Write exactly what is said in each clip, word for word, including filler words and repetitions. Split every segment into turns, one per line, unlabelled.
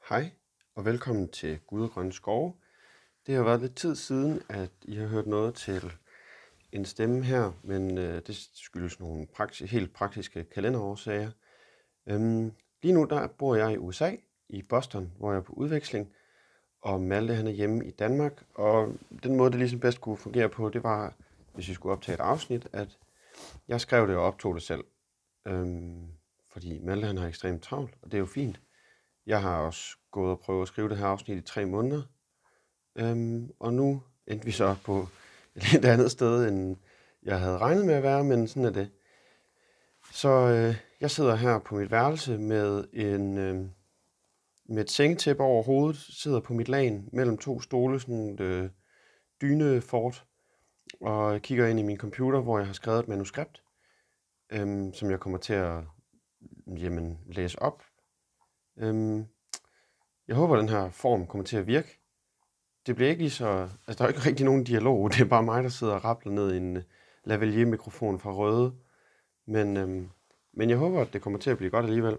Hej og velkommen til Guld og Grønne Skove. Det har været lidt tid siden, at I har hørt noget til en stemme her, men øh, det skyldes nogle prakti- helt praktiske kalenderårsager. Øhm, lige nu der bor jeg i U S A, i Boston, hvor jeg er på udveksling, og Malte han er hjemme i Danmark. Og den måde, det ligesom bedst kunne fungere på, det var, hvis vi skulle optage et afsnit, at jeg skrev det og optog det selv. Øhm, fordi Malte han har ekstremt travlt, og det er jo fint. Jeg har også gået og prøvet at skrive det her afsnit i tre måneder, øhm, og nu endte vi så på et lidt andet sted, end jeg havde regnet med at være, men sådan er det. Så øh, jeg sidder her på mit værelse med, en, øh, med et sengetæppe over hovedet, sidder på mit lagen mellem to stole, sådan et øh, dynefort, og kigger ind i min computer, hvor jeg har skrevet et manuskript, øh, som jeg kommer til at jamen, læse op. Øh, jeg håber, den her form kommer til at virke. Det bliver ikke lige så... Altså, der er ikke rigtig nogen dialog. Det er bare mig, der sidder og rappler ned i en lavalier-mikrofon fra Røde. Men, øhm, men jeg håber, at det kommer til at blive godt alligevel.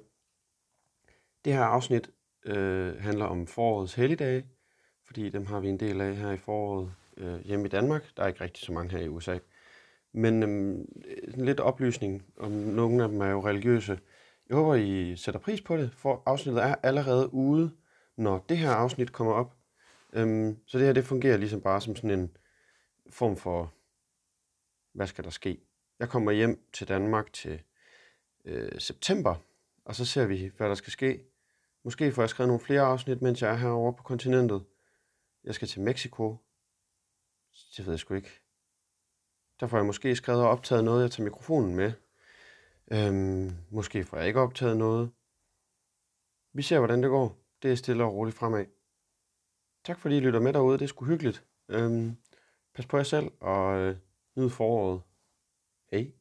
Det her afsnit øh, handler om forårets helligdage, fordi dem har vi en del af her i foråret øh, hjemme i Danmark. Der er ikke rigtig så mange her i U S A. Men øhm, lidt oplysning om nogle af dem er jo religiøse. Jeg håber, I sætter pris på det, for afsnittet er allerede ude, når det her afsnit kommer op. Øhm, så det her, det fungerer ligesom bare som sådan en form for, hvad skal der ske? Jeg kommer hjem til Danmark til øh, september, og så ser vi, hvad der skal ske. Måske får jeg skrevet nogle flere afsnit, mens jeg er herovre på kontinentet. Jeg skal til Mexico. Det ved jeg sgu ikke. Der får jeg måske skrevet og optaget noget, jeg tager mikrofonen med. Øhm, måske får jeg ikke optaget noget. Vi ser, hvordan det går. Det er stille og roligt fremad. Tak fordi I lytter med derude. Det er sgu hyggeligt. Øhm, pas på jer selv og øh, nyd foråret. Hej.